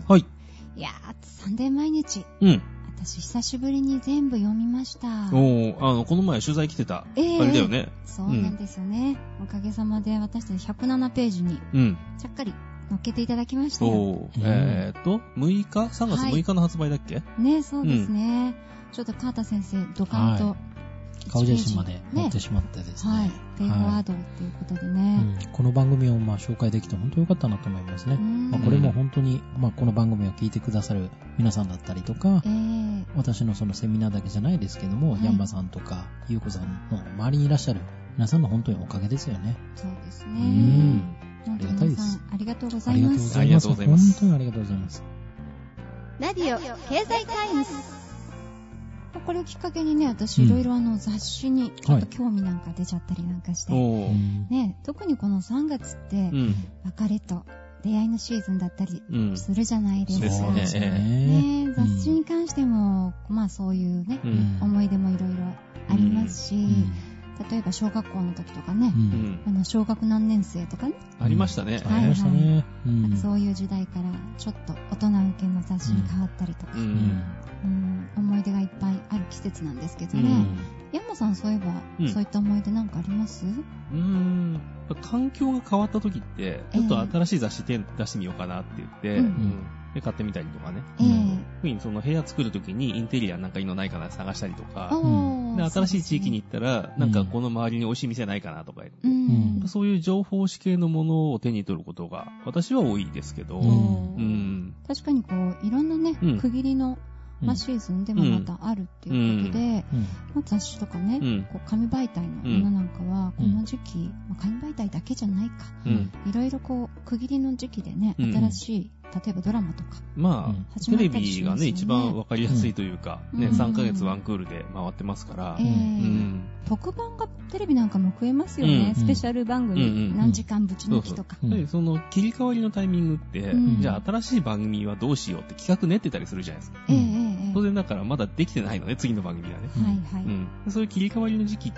はい。 いやー、サンデー毎日。 うん。 私久しぶりに全部読みました。 この前取材来てた、あれだよね。 そうなんですよね。おかげさまで私たち107ページに、ちゃっかり載っけていただきましたよ。 3月6日の発売だっけ？ ね、そうですね。ちょっと川田先生、ドカンと、 顔写真まで持ってしまってですね。 はい。ペイフォワードっていうことでね。 この番組を紹介できて本当良かったなと思いますね。これも本当に、この番組を聞いてくださる皆さんだったりとか、私のそのセミナーだけじゃないですけども、ヤンバさんとか、ゆうこさんの周りにいらっしゃる皆さんの本当におかげですよね。 そうですね。 ありがたいです。 ありがとうございます。 ありがとうございます。 本当にありがとうございます。 ラディオ経済タイムズ。これをきっかけにね、私いろいろ雑誌にちょっと興味なんか出ちゃったりなんかして、ね、特にこの3月って別れと出会いのシーズンだったりするじゃないですか。 そうですね。雑誌に関してもそういうね、思い出もいろいろありますし、例えば小学校の時とかね、小学何年生とかね。 ありましたね。 ありましたね。 そういう時代からちょっと大人向けの雑誌に変わったりとか、思い出がいっぱいある季節なんですけどね。山さんそういえば、そういった思い出なんかあります？ 環境が変わった時って、ちょっと新しい雑誌出してみようかなって言って、で買ってみたりとかね。特にその部屋作るときにインテリアなんかいいのないかなって探したりとか、で新しい地域に行ったら、なんかこの周りに美味しい店ないかなとか言って、そういう情報誌系のものを手に取ることが私は多いですけど、 確かにこういろんなね、区切りのシーズンでもまたあるっていうことで、雑誌とかね、こう紙媒体のものなんかはこの時期、紙媒体だけじゃないか、いろいろこう区切りの時期でね、新しい例えばドラマとか、 テレビがね一番わかりやすいというか、3ヶ月ワンクールで回ってますから、 特番がテレビなんかも増えますよね。スペシャル番組、何時間ぶち抜きとか。 その切り替わりのタイミングって、じゃあ新しい番組はどうしようって企画練ってたりするじゃないですか。当然だからまだできてないのね、次の番組がね。そういう切り替わりの時期って、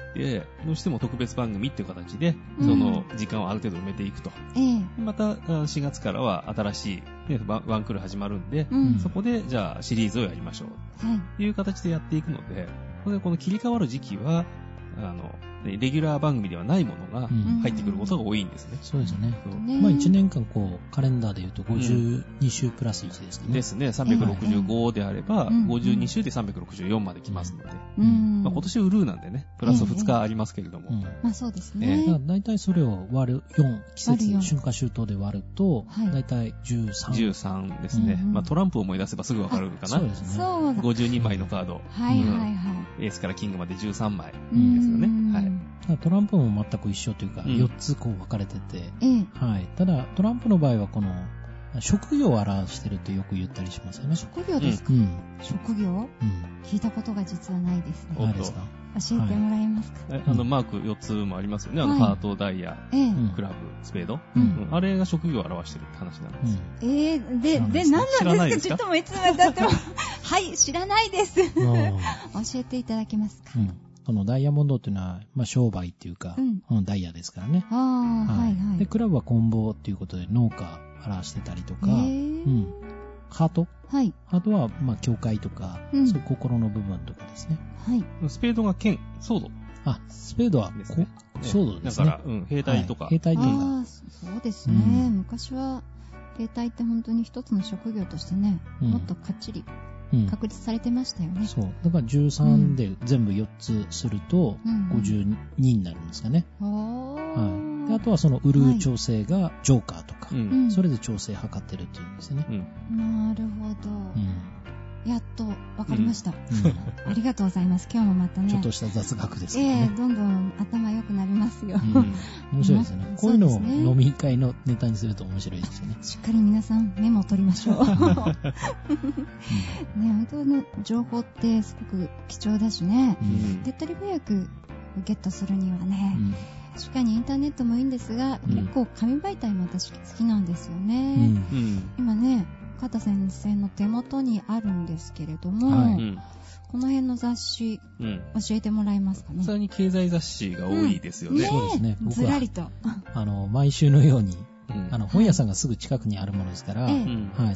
どうしても特別番組っていう形で、その時間をある程度埋めていくと。また4月からは新しい、ワンクール始まるんで、そこでじゃあシリーズをやりましょうという形でやっていくので、この切り替わる時期はレギュラー番組ではないものが入ってくることが多いんですね。 そうですね。1年間カレンダーで言うと52週プラス1ですね。 ですね。365であれば、52週で364まで来ますので。今年ウルーなんでね、プラス2日ありますけれども。 そうですね。 だいたいそれを割る4、季節、春夏秋冬で割ると、だいたい13。 13ですね。トランプを思い出せばすぐわかるかな。 そうですね。 52枚のカード。エースからキングまで13枚ですよね。 トランプも全く一緒というか、4つ分かれてて、ただトランプの場合はこの職業を表してるとよく言ったりしますよね。 職業ですか？職業？聞いたことが実はないですね。 ないですか？ 教えてもらえますか？ マーク4つもありますよね。ハート、ダイヤ、クラブ、スペード。あれが職業を表してるって話なんです。 で、何なんですか？ちょっともういつまで経っても。はい、知らないです。教えていただけますか？ そのダイヤモンドっていうのは、商売っていうか、ダイヤですからね。で、クラブは棍棒っていうことで農家を表してたりとか、ハートハートは、教会とか、そういう心の部分とかですね。 スペードが剣、ソード。 スペードは、ソードですね。 だから、兵隊とか。 兵隊とか。 そうですね。昔は、兵隊って本当に一つの職業としてね、もっとかっちり確立されてましたよね。 そう。だから13で全部4つすると52になるんですかね。であとはその売る調整がジョーカーとか、それで調整測ってるっていうんですね。 なるほど。やっと分かりました。ありがとうございます。今日もまたね。 ちょっとした雑学ですね。 どんどん頭良くなりますよ。 面白いですね。こういうのを飲み会のネタにすると面白いですよね。 しっかり皆さんメモを取りましょう。本当の情報ってすごく貴重だしね。手っ取り早くゲットするにはね。確かにインターネットもいいんですが、結構紙媒体も私好きなんですよね。今ね、加藤先生の手元にあるんですけれども、この辺の雑誌、教えてもらえますかね。 さらに経済雑誌が多いですよね。 そうですね。 ずらりと。 毎週のように本屋さんがすぐ近くにあるものですから、はい、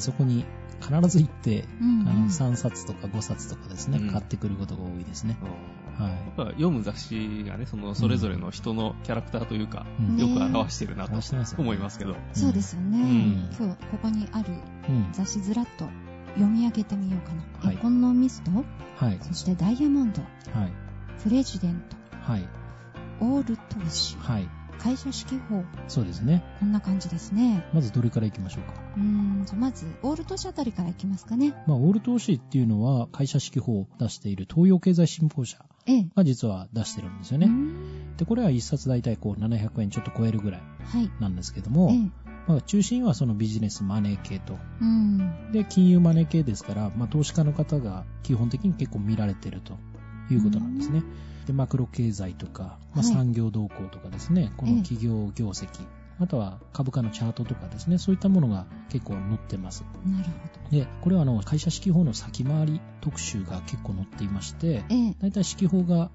そこに必ず行って、3冊とか5冊とかですね、買ってくることが多いですね。はい、 やっぱ読む雑誌がね、それぞれの人のキャラクターというか、よく表してるなと思いますけど。 そうですよね。今日ここにある雑誌ずらっと読み上げてみようかな。エコノミスト、そしてダイヤモンド、プレジデント、オール投資、会社指揮法。 そうですね。 こんな感じですね。 まずどれからいきましょうか。 じゃあまず、オール投資あたりからいきますかね。 オール投資っていうのは、会社指揮法を出している東洋経済新報社が実は出してるんですよね。で、これは一冊大体700円ちょっと超えるぐらいなんですけども、中心はそのビジネスマネー系と。で、金融マネー系ですから、投資家の方が基本的に結構見られてるということなんですね。で、マクロ経済とか、産業動向とかですね、この企業業績、あとは株価のチャートとかですね、そういったものが結構載ってます。 なるほど。 で、これは会社指揮法の先回り特集が結構載っていまして、だいたい指揮法が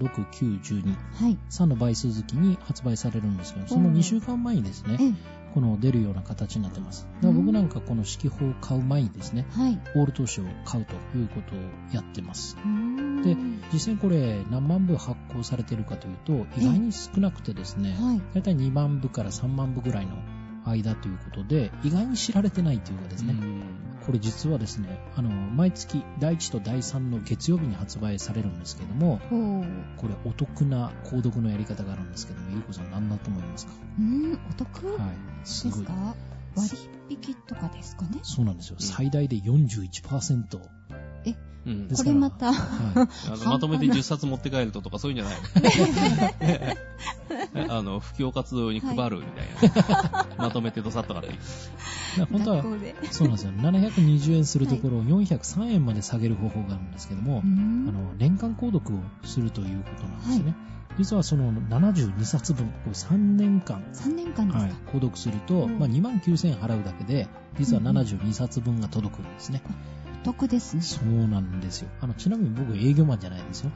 3、6、9、12、3の倍数月に発売されるんですけど、その2週間前にですね、この出るような形になってます。だから僕なんかこの指揮法を買う前にですね、オール投資を買うということをやってます。で、実際これ何万部発行されているかというと、意外に少なくてですね、だいたい2万部から3万部ぐらいの間ということで、意外に知られてないというかですね、これ実はですね、毎月第1と第3の月曜日に発売されるんですけども、これお得な購読のやり方があるんですけども、ゆうこさん何だと思いますか？ お得？ はい。すごい。 ですか？割引とかですかね？ そうなんですよ。最大で 41%。 これまた、 まとめて10冊持って帰るとかそういうんじゃないの？布教活動に配るみたいな。まとめてどさっと買っていく。 本当は、そうなんですよ。720円するところを403円まで下げる方法があるんですけども、年間購読をするということなんですね。実はその72冊分、3年間ですか？購読すると、29,000円払うだけで、実は72冊分が届くんですね。 お得ですね。 そうなんですよ。ちなみに僕営業マンじゃないですよ。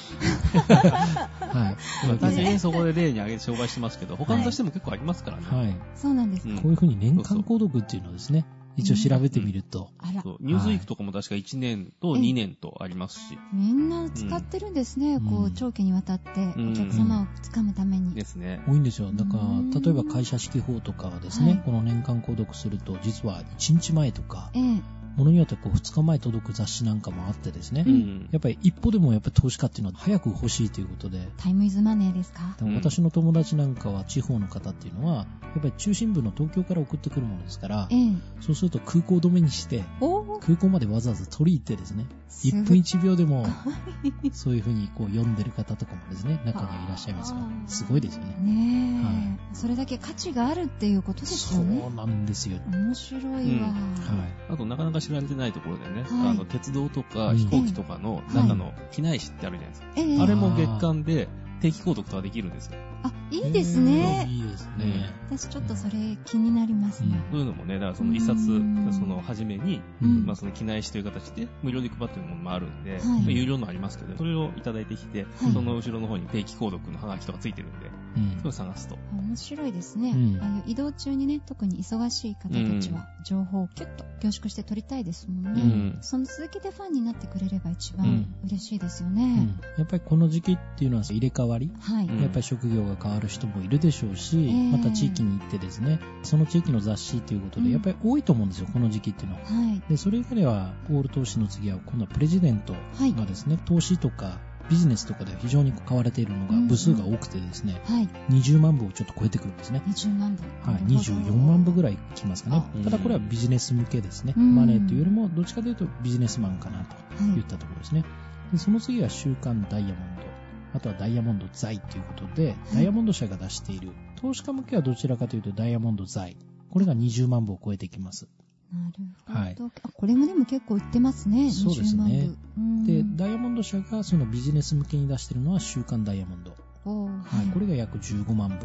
はい。 私そこで例に挙げて紹介してますけど、他のとしても結構ありますからね。 はい。そうなんです。 こういうふうに年間購読っていうのをですね、一応調べてみると。 ニュースウィークとかも確か1年と2年とありますし。 みんな使ってるんですね。長期にわたってお客様をつかむために。 ですね。 多いんですよ。だから、例えば会社指揮法とかはですね、この年間購読すると、実は1日前とか、ものによって2日前届く雑誌なんかもあってですね、やっぱり一歩でもやっぱり投資家っていうのは早く欲しいということで、 タイムイズマネーですか？ 私の友達なんかは地方の方っていうのはやっぱり中心部の東京から送ってくるものですから、そうすると空港止めにして空港までわざわざ取り行ってですね、1分1秒でもそういうふうに読んでる方とかもですね、中にはいらっしゃいますから、すごいですよね。 それだけ価値があるっていうことですよね。 そうなんですよ。 面白いわ。 あとなかなか知られてないところでね、鉄道とか飛行機とかの中の機内誌ってあるじゃないですか。あれも月間で定期購読とかできるんですよ。 いいですね。 いいですね。 私ちょっとそれ気になりますね。 そういうのもね、だからその一冊、初めに、その機内誌という形で無料で配ってるものもあるんで、有料のありますけど、それをいただいてきて、その後ろの方に定期購読のハガキとかついてるんで、それを探すと。 面白いですね。移動中にね、特に忙しい方たちは、情報をキュッと凝縮して取りたいですもんね。その続きでファンになってくれれば一番嬉しいですよね。 やっぱりこの時期っていうのは入れ替わり、やっぱり職業が変わる人もいるでしょうし、また地域に行ってですね、その地域の雑誌ということで、やっぱり多いと思うんですよ、この時期っていうのは。で、それ以外では、オール投資の次は、今度はプレジデントがですね、投資とかビジネスとかで非常に買われているのが、部数が多くてですね、20万部をちょっと超えてくるんですね。 20万部。 24万部ぐらいきますかね。ただこれはビジネス向けですね。マネーというよりも、どっちかというとビジネスマンかなといったところですね。でその次は週刊ダイヤモンド。あとはダイヤモンド財ということで、ダイヤモンド社が出している、投資家向けはどちらかというとダイヤモンド財。これが20万部を超えてきます。 なるほど。これもでも結構売ってますね。 そうですね。で、ダイヤモンド社がそのビジネス向けに出しているのは週刊ダイヤモンド。これが約15万部。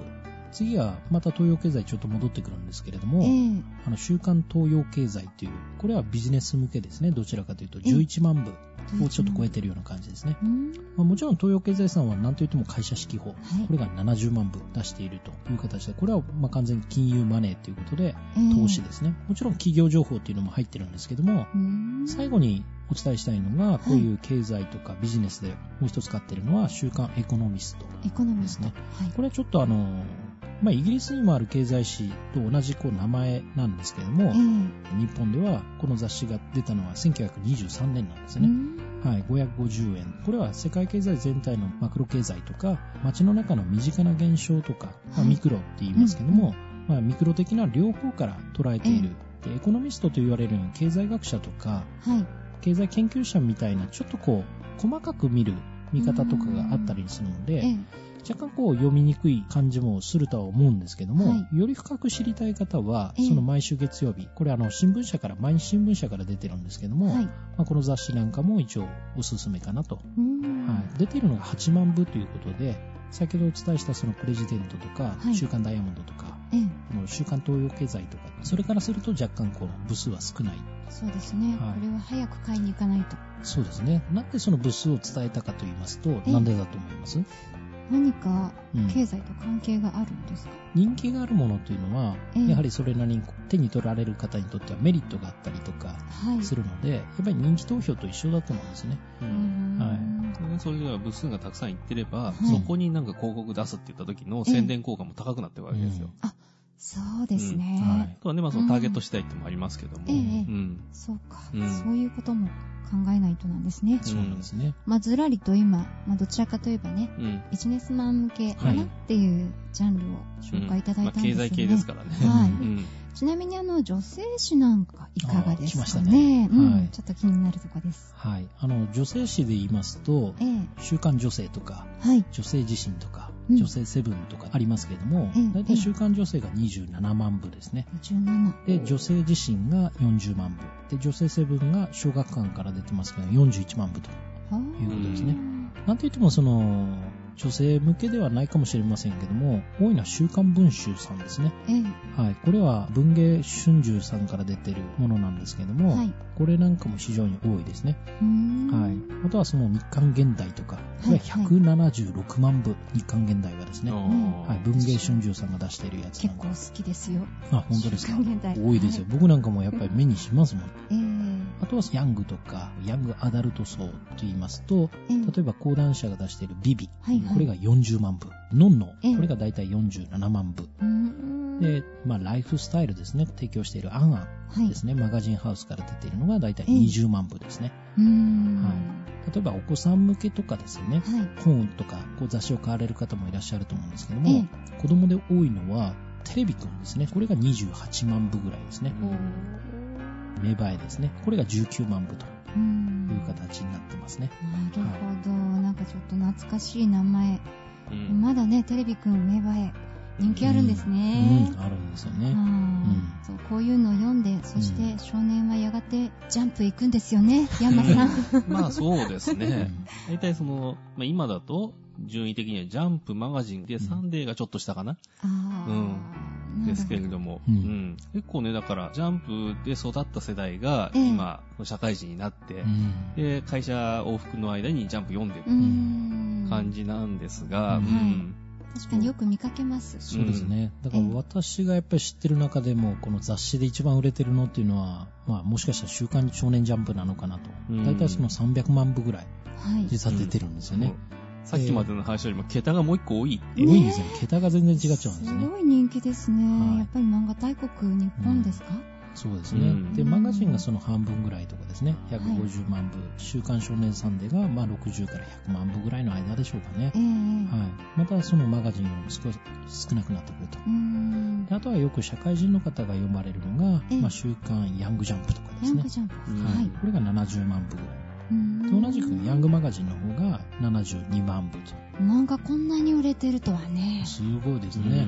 次はまた東洋経済ちょっと戻ってくるんですけれども、週刊東洋経済という、これはビジネス向けですね。どちらかというと11万部をちょっと超えてるような感じですね。もちろん東洋経済さんは何といっても会社指揮法、これが70万部出しているという形で、これは完全に金融マネーということで、投資ですね。もちろん企業情報っていうのも入ってるんですけども、最後にお伝えしたいのが、こういう経済とかビジネスでもう一つ買ってるのは週刊エコノミストですね。これはちょっとイギリスにもある経済誌と同じ名前なんですけども、日本ではこの雑誌が出たのは1923年なんですね。550円。これは世界経済全体のマクロ経済とか、街の中の身近な現象とか、ミクロって言いますけども、ミクロ的な両方から捉えている。でエコノミストと言われるように経済学者とか、経済研究者みたいなちょっと細かく見る見方とかがあったりするので、若干読みにくい感じもするとは思うんですけども、より深く知りたい方は、その毎週月曜日、これ新聞社から、毎日新聞社から出てるんですけども、この雑誌なんかも一応おすすめかなと。出ているのが8万部ということで、先ほどお伝えしたそのプレジデントとか、週刊ダイヤモンドとか、週刊東洋経済とか、それからすると若干部数は少ない。 そうですね。これは早く買いに行かないと。 そうですね。なんでその部数を伝えたかと言いますと、なんでだと思います？ 何か経済と関係があるんですか？ 人気があるものというのは、やはりそれなりに手に取られる方にとってはメリットがあったりとかするので、やっぱり人気投票と一緒だと思うんですね。 それでは部数がたくさんいってれば、そこに広告出すって言った時の宣伝効果も高くなってるわけですよ。 そうですね。 そのターゲット次第ってもありますけども。 そうか。そういうことも考えないとなんですね。 そうなんですね。 ずらりと今、どちらかといえばね、ビジネスマン向けかなっていうジャンルを紹介いただいたんですよね。 経済系ですからね。 ちなみに女性誌なんかいかがですかね。ちょっと気になるところです。 女性誌で言いますと、週刊女性とか、女性自身とか、女性セブンとかありますけれども、だいたい週刊女性が27万部ですね。で、女性自身が40万部。で、女性セブンが小学館から出てますけど、41万部ということですね。なんといっても女性向けではないかもしれませんけども、多いのは週刊文集さんですね。これは文芸春秋さんから出てるものなんですけども、これなんかも非常に多いですね。あとはその日刊現代とか、これは176万部、日刊現代はですね。文芸春秋さんが出しているやつなんで。 結構好きですよ。 本当ですか？多いですよ。僕なんかもやっぱり目にしますもん。あとはヤングとか、ヤングアダルト層と言いますと、例えば講談社が出しているビビ、これが40万部。ノンノ、これがだいたい47万部。で、ライフスタイルですね、提供しているアンアンですね、マガジンハウスから出ているのがだいたい20万部ですね。例えばお子さん向けとかですね、本とか雑誌を買われる方もいらっしゃると思うんですけども、子供で多いのはテレビくんですね。これが28万部ぐらいですね。芽生えですね。これが19万部という形になってますね。 なるほど。なんかちょっと懐かしい名前。まだね、テレビくん芽生え。人気あるんですね。 あるんですよね。 そうこういうのを読んで、そして少年はやがてジャンプ行くんですよね、ヤンマさん。 そうですね。大体今だと順位的にはジャンプマガジンでサンデーがちょっと下かな。ですけれども、結構ね、だからジャンプで育った世代が今社会人になって、で会社往復の間にジャンプ読んでる感じなんですが、 確かによく見かけます。 そうですね。だから私がやっぱり知ってる中でも、この雑誌で一番売れてるのっていうのは、もしかしたら週刊少年ジャンプなのかなと。だいたいその300万部ぐらい、実は出てるんですよね。 さっきまでの話よりも桁がもう一個多い。 多いんですよね。桁が全然違っちゃうんですね。 すごい人気ですね。やっぱり漫画大国日本ですか？ そうですね。で、マガジンがその半分ぐらいとかですね。150万部。週刊少年サンデーが60から100万部ぐらいの間でしょうかね。またそのマガジンよりも少なくなってくると。であとはよく社会人の方が読まれるのが、週刊ヤングジャンプとかですね。 ヤングジャンプ。 これが70万部ぐらい。同じくヤングマガジンの方が72万部と。 漫画こんなに売れてるとはね。 すごいですね。 今も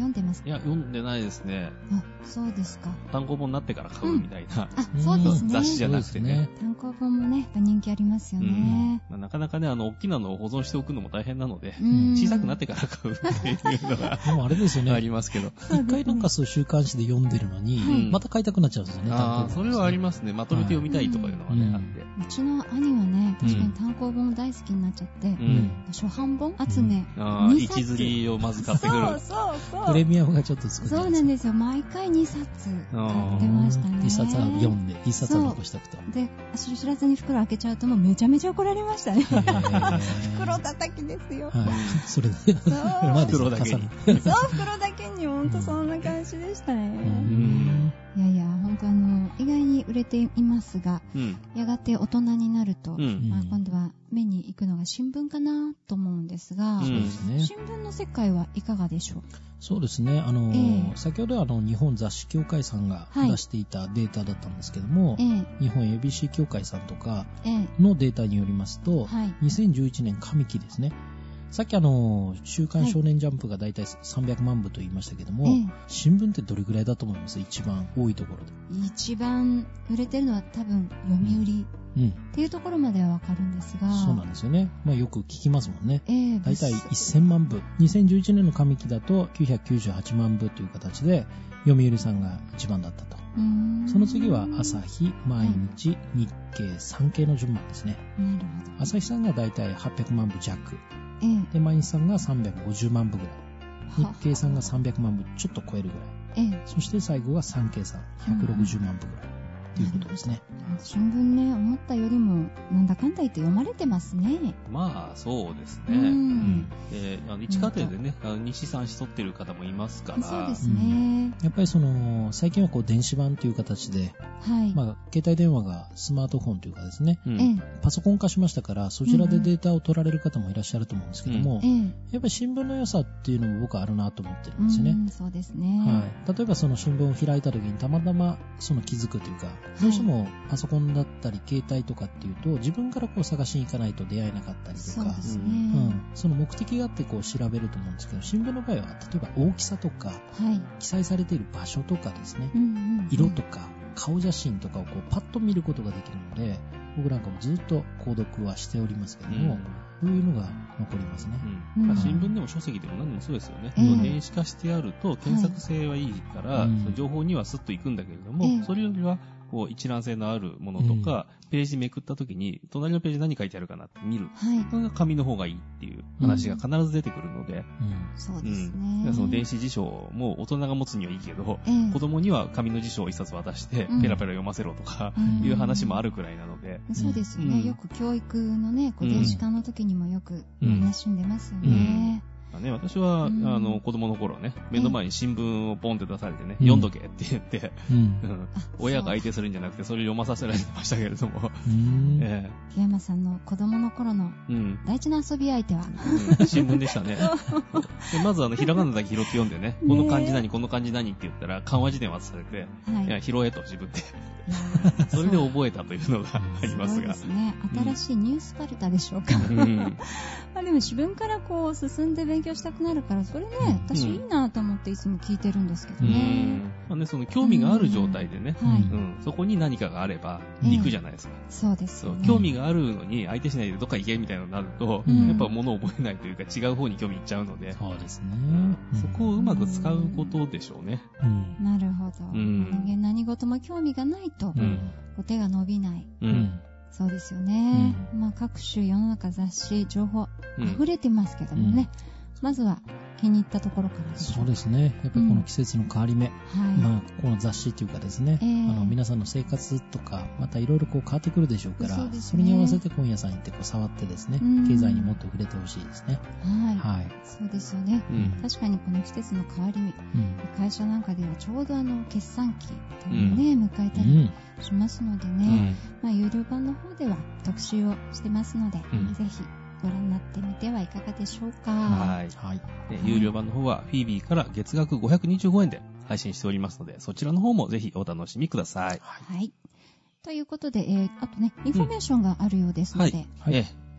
読んでますか？ いや、読んでないですね。 あ、そうですか。 単行本になってから買うみたいな。 そうですね。 雑誌じゃなくてね。 単行本もね、やっぱ人気ありますよね。 なかなかね、大きなのを保存しておくのも大変なので、小さくなってから買うっていうのが、 でもあれですよね。 ありますけど。 一回なんかそう週刊誌で読んでるのに、また買いたくなっちゃうんですよね。 それはありますね。まとめて読みたいとかいうのがね、あって。 うちの兄はね、確かに単行本大好きになっちゃって、初版本集め2冊。 一釣りをまず買ってくる。 そう。 プレミアムがちょっと少ない。 そうなんですよ。毎回2冊買ってましたね。 1冊は読んで、1冊は残しておくと。 で、知らずに袋開けちゃうともうめちゃめちゃ怒られましたね。袋叩きですよ。 それで、 袋だけに。 そう、袋だけにほんとそんな感じでしたね。いやいや、ほんと意外に売れていますが、やがて大人になると、今度は目に行くのが新聞かなと思うんですが、新聞の世界はいかがでしょう？ そうですね。先ほど日本雑誌協会さんが出していたデータだったんですけども、日本 ABC 協会さんとかのデータによりますと、2011年上期ですね。さっき週刊少年ジャンプがだいたい300万部と言いましたけども、新聞ってどれぐらいだと思います？一番多いところで。 一番売れてるのは多分読売っていうところまではわかるんですが。 そうなんですよね。よく聞きますもんね。だいたい1000万部。2011年の上期だと998万部という形で、読売さんが一番だったと。その次は朝日、毎日、日経、産経の順番ですね。 なるほど。 朝日さんがだいたい800万部弱。で、毎日さんが350万部ぐらい。日経さんが300万部ちょっと超えるぐらい。そして最後が産経さん、160万部ぐらい。ということですね。 新聞ね、思ったよりもなんだかんだ言って読まれてますね。 まあそうですね。一家庭でね、日誌三誌取ってる方もいますから。 そうですね。 やっぱり最近は電子版という形で、携帯電話がスマートフォンというかですね、パソコン化しましたから、そちらでデータを取られる方もいらっしゃると思うんですけども、やっぱり新聞の良さっていうのも僕はあるなと思ってるんですよね。 そうですね。 例えば新聞を開いた時にたまたま気づくというか、どうしてもパソコンだったり携帯とかっていうと自分から探しに行かないと出会えなかったりとか、 そうですね。 その目的があって調べると思うんですけど、新聞の場合は例えば大きさとか、記載されている場所とかですね、色とか顔写真とかをパッと見ることができるので、僕なんかもずっと購読はしておりますけども、そういうのが残りますね。 新聞でも書籍でも何でもそうですよね。電子化してあると検索性はいいから、情報にはスッと行くんだけれども、それよりは一覧性のあるものとか、ページめくった時に隣のページ何書いてあるかなって見る。それが紙の方がいいっていう話が必ず出てくるので。 そうですね。 その電子辞書も大人が持つにはいいけど、子供には紙の辞書を一冊渡してペラペラ読ませろとかいう話もあるくらいなので。 そうですよね。よく教育のね、電子化の時にもよく話んでますよね。 私は、子供の頃ね、目の前に新聞をポンって出されてね、読んどけって言って、親が相手するんじゃなくて、それを読まさせられてましたけれども。 木山さんの子供の頃の大事な遊び相手は、 新聞でしたね。まずひらがなだけ拾って読んでね、この漢字何、この漢字何って言ったら、漢和辞典渡されて、いや、拾えと自分で。それで覚えたというのがありますが。 そうですね。新しいニュースカルタでしょうか。でも自分から進んで勉強したくなるから、それね、私いいなと思っていつも聞いてるんですけどね。 その興味がある状態でね、そこに何かがあれば行くじゃないですか。 そうですよね。 興味があるのに相手しないでどっか行けみたいなのになると、やっぱ物を覚えないというか違う方に興味いっちゃうので、 そうですね。 そこをうまく使うことでしょうね。 なるほど。人間何事も興味がないと、手が伸びない。そうですよね。各種世の中雑誌、情報溢れてますけどもね。まずは気に入ったところからでしょう。 そうですね。やっぱりこの季節の変わり目、この雑誌というかですね、皆さんの生活とか、またいろいろ変わってくるでしょうから、それに合わせて本屋さんに行って触ってですね、経済にもっと触れてほしいですね。 そうですよね。確かにこの季節の変わり目、会社なんかではちょうど決算期というのをね、迎えたりしますのでね、有料版の方では特集をしてますので、ぜひご覧になってみてはいかがでしょうか。 有料版の方はフィービーから月額525円で配信しておりますので、そちらの方もぜひお楽しみください。 ということで、あとね、インフォメーションがあるようですので、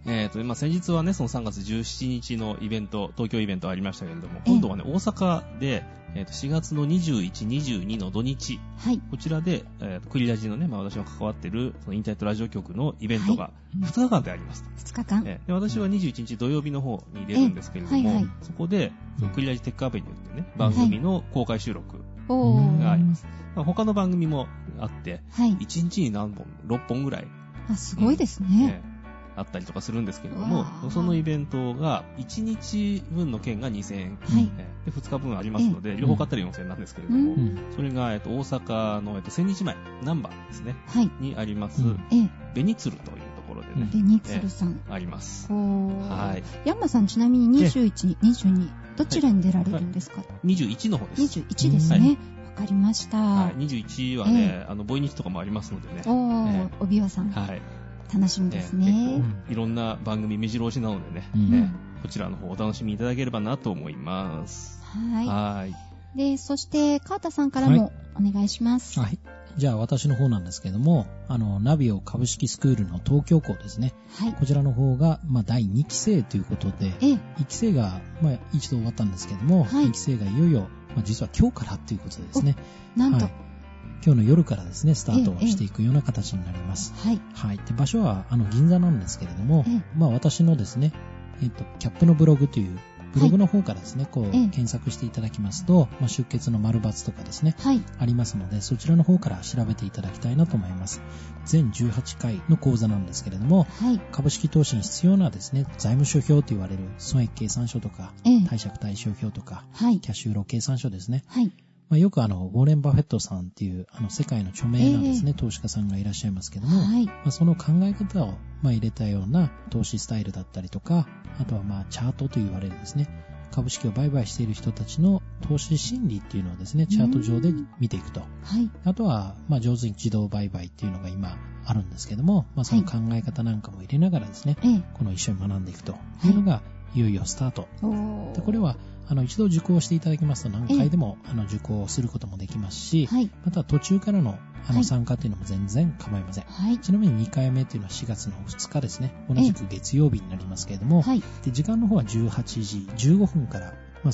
先日はね、その3月17日のイベント、東京イベントありましたけれども、今度はね、大阪で、4月の21、22の土日、はい、こちらで、クリラジのね、私が関わってる、そのインターネットラジオ局のイベントが2日間であります。 2日間、 で私は21日土曜日の方に出るんですけれども、はいはい、そこで、クリラジテックアベニューっていうね、番組の公開収録があります。他の番組もあって、はい、1日に何本 ?6 本ぐらい。 すごいですね。 あったりとかするんですけれども、そのイベントが1日分の券が2000円、はい、で2日分ありますので、両方買ったら4000円なんですけれども、それが、大阪の、1000日前、難波ですね、はい、にあります、ベニツルというところでね、 ベニツルさん、 あります。 はい。ヤンマさん、ちなみに21、22、どちらに出られるんですか ？21の方です。 21ですね。はい、わかりました。はい、 21はね、ボイニチとかもありますのでね。 おびわさん。はい。楽しみですね。 いろんな番組目白押しなのでね、こちらの方お楽しみいただければなと思います。 はい。で、そして川田さんからもお願いします。 はい。じゃあ私の方なんですけども、ナビオ株式スクールの東京校ですね。はい。こちらの方が、第2期生ということで、1期生が、一度終わったんですけども、2期生がいよいよ、実は今日からということですね。 なんと。 今日の夜からですね、スタートしていくような形になります。はい。はい。で、場所は、銀座なんですけれども、私のですね、キャップのブログという、ブログの方からですね、検索していただきますと、出血の丸×とかですね、ありますので、そちらの方から調べていただきたいなと思います。全18回の講座なんですけれども、株式投資に必要なですね、財務諸表と言われる損益計算書とか、貸借対照表とか、キャッシュフロー計算書ですね。よくウォーレン・バフェットさんっていう世界の著名なですね、投資家さんがいらっしゃいますけども、その考え方を入れたような投資スタイルだったりとか、あとはチャートと言われるですね、株式を売買している人たちの投資心理っていうのをですね、チャート上で見ていくと。あとは上手に自動売買っていうのが今あるんですけども、その考え方なんかも入れながらですね、この一緒に学んでいくというのがいよいよスタート。でこれは一度受講していただきますと何回でも受講することもできますし、また途中からの参加というのも全然構いません。ちなみに2回目というのは4月の2日ですね。同じく月曜日になりますけれども、で時間の方は18時15分から、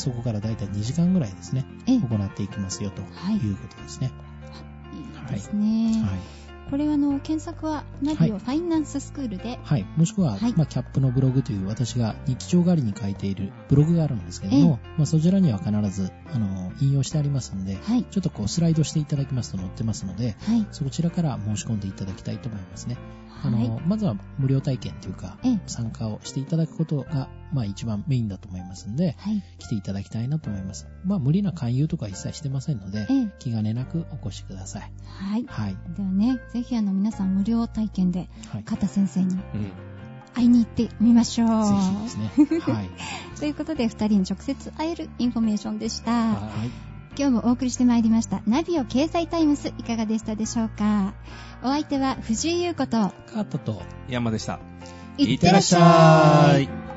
そこからだいたい2時間ぐらいですね、行っていきますよということですね。 いいですね。これは検索はナビオファイナンススクールで、 もしくは、キャップのブログという私が日常代わりに書いているブログがあるんですけども、そちらには必ず引用してありますので、ちょっとスライドしていただきますと載ってますので、そちらから申し込んでいただきたいと思いますね。まずは無料体験というか、参加をしていただくことが、一番メインだと思いますので、来ていただきたいなと思います。無理な勧誘とか一切してませんので、気兼ねなくお越しください。 ではね、ぜひ皆さん無料体験で、片先生に会いに行ってみましょう。 ぜひですね。 ということで、2人に直接会えるインフォメーションでした。今日もお送りしてまいりましたナビオ経済タイムス、いかがでしたでしょうか。お相手は藤井優子とカートと山でした。 いってらっしゃい。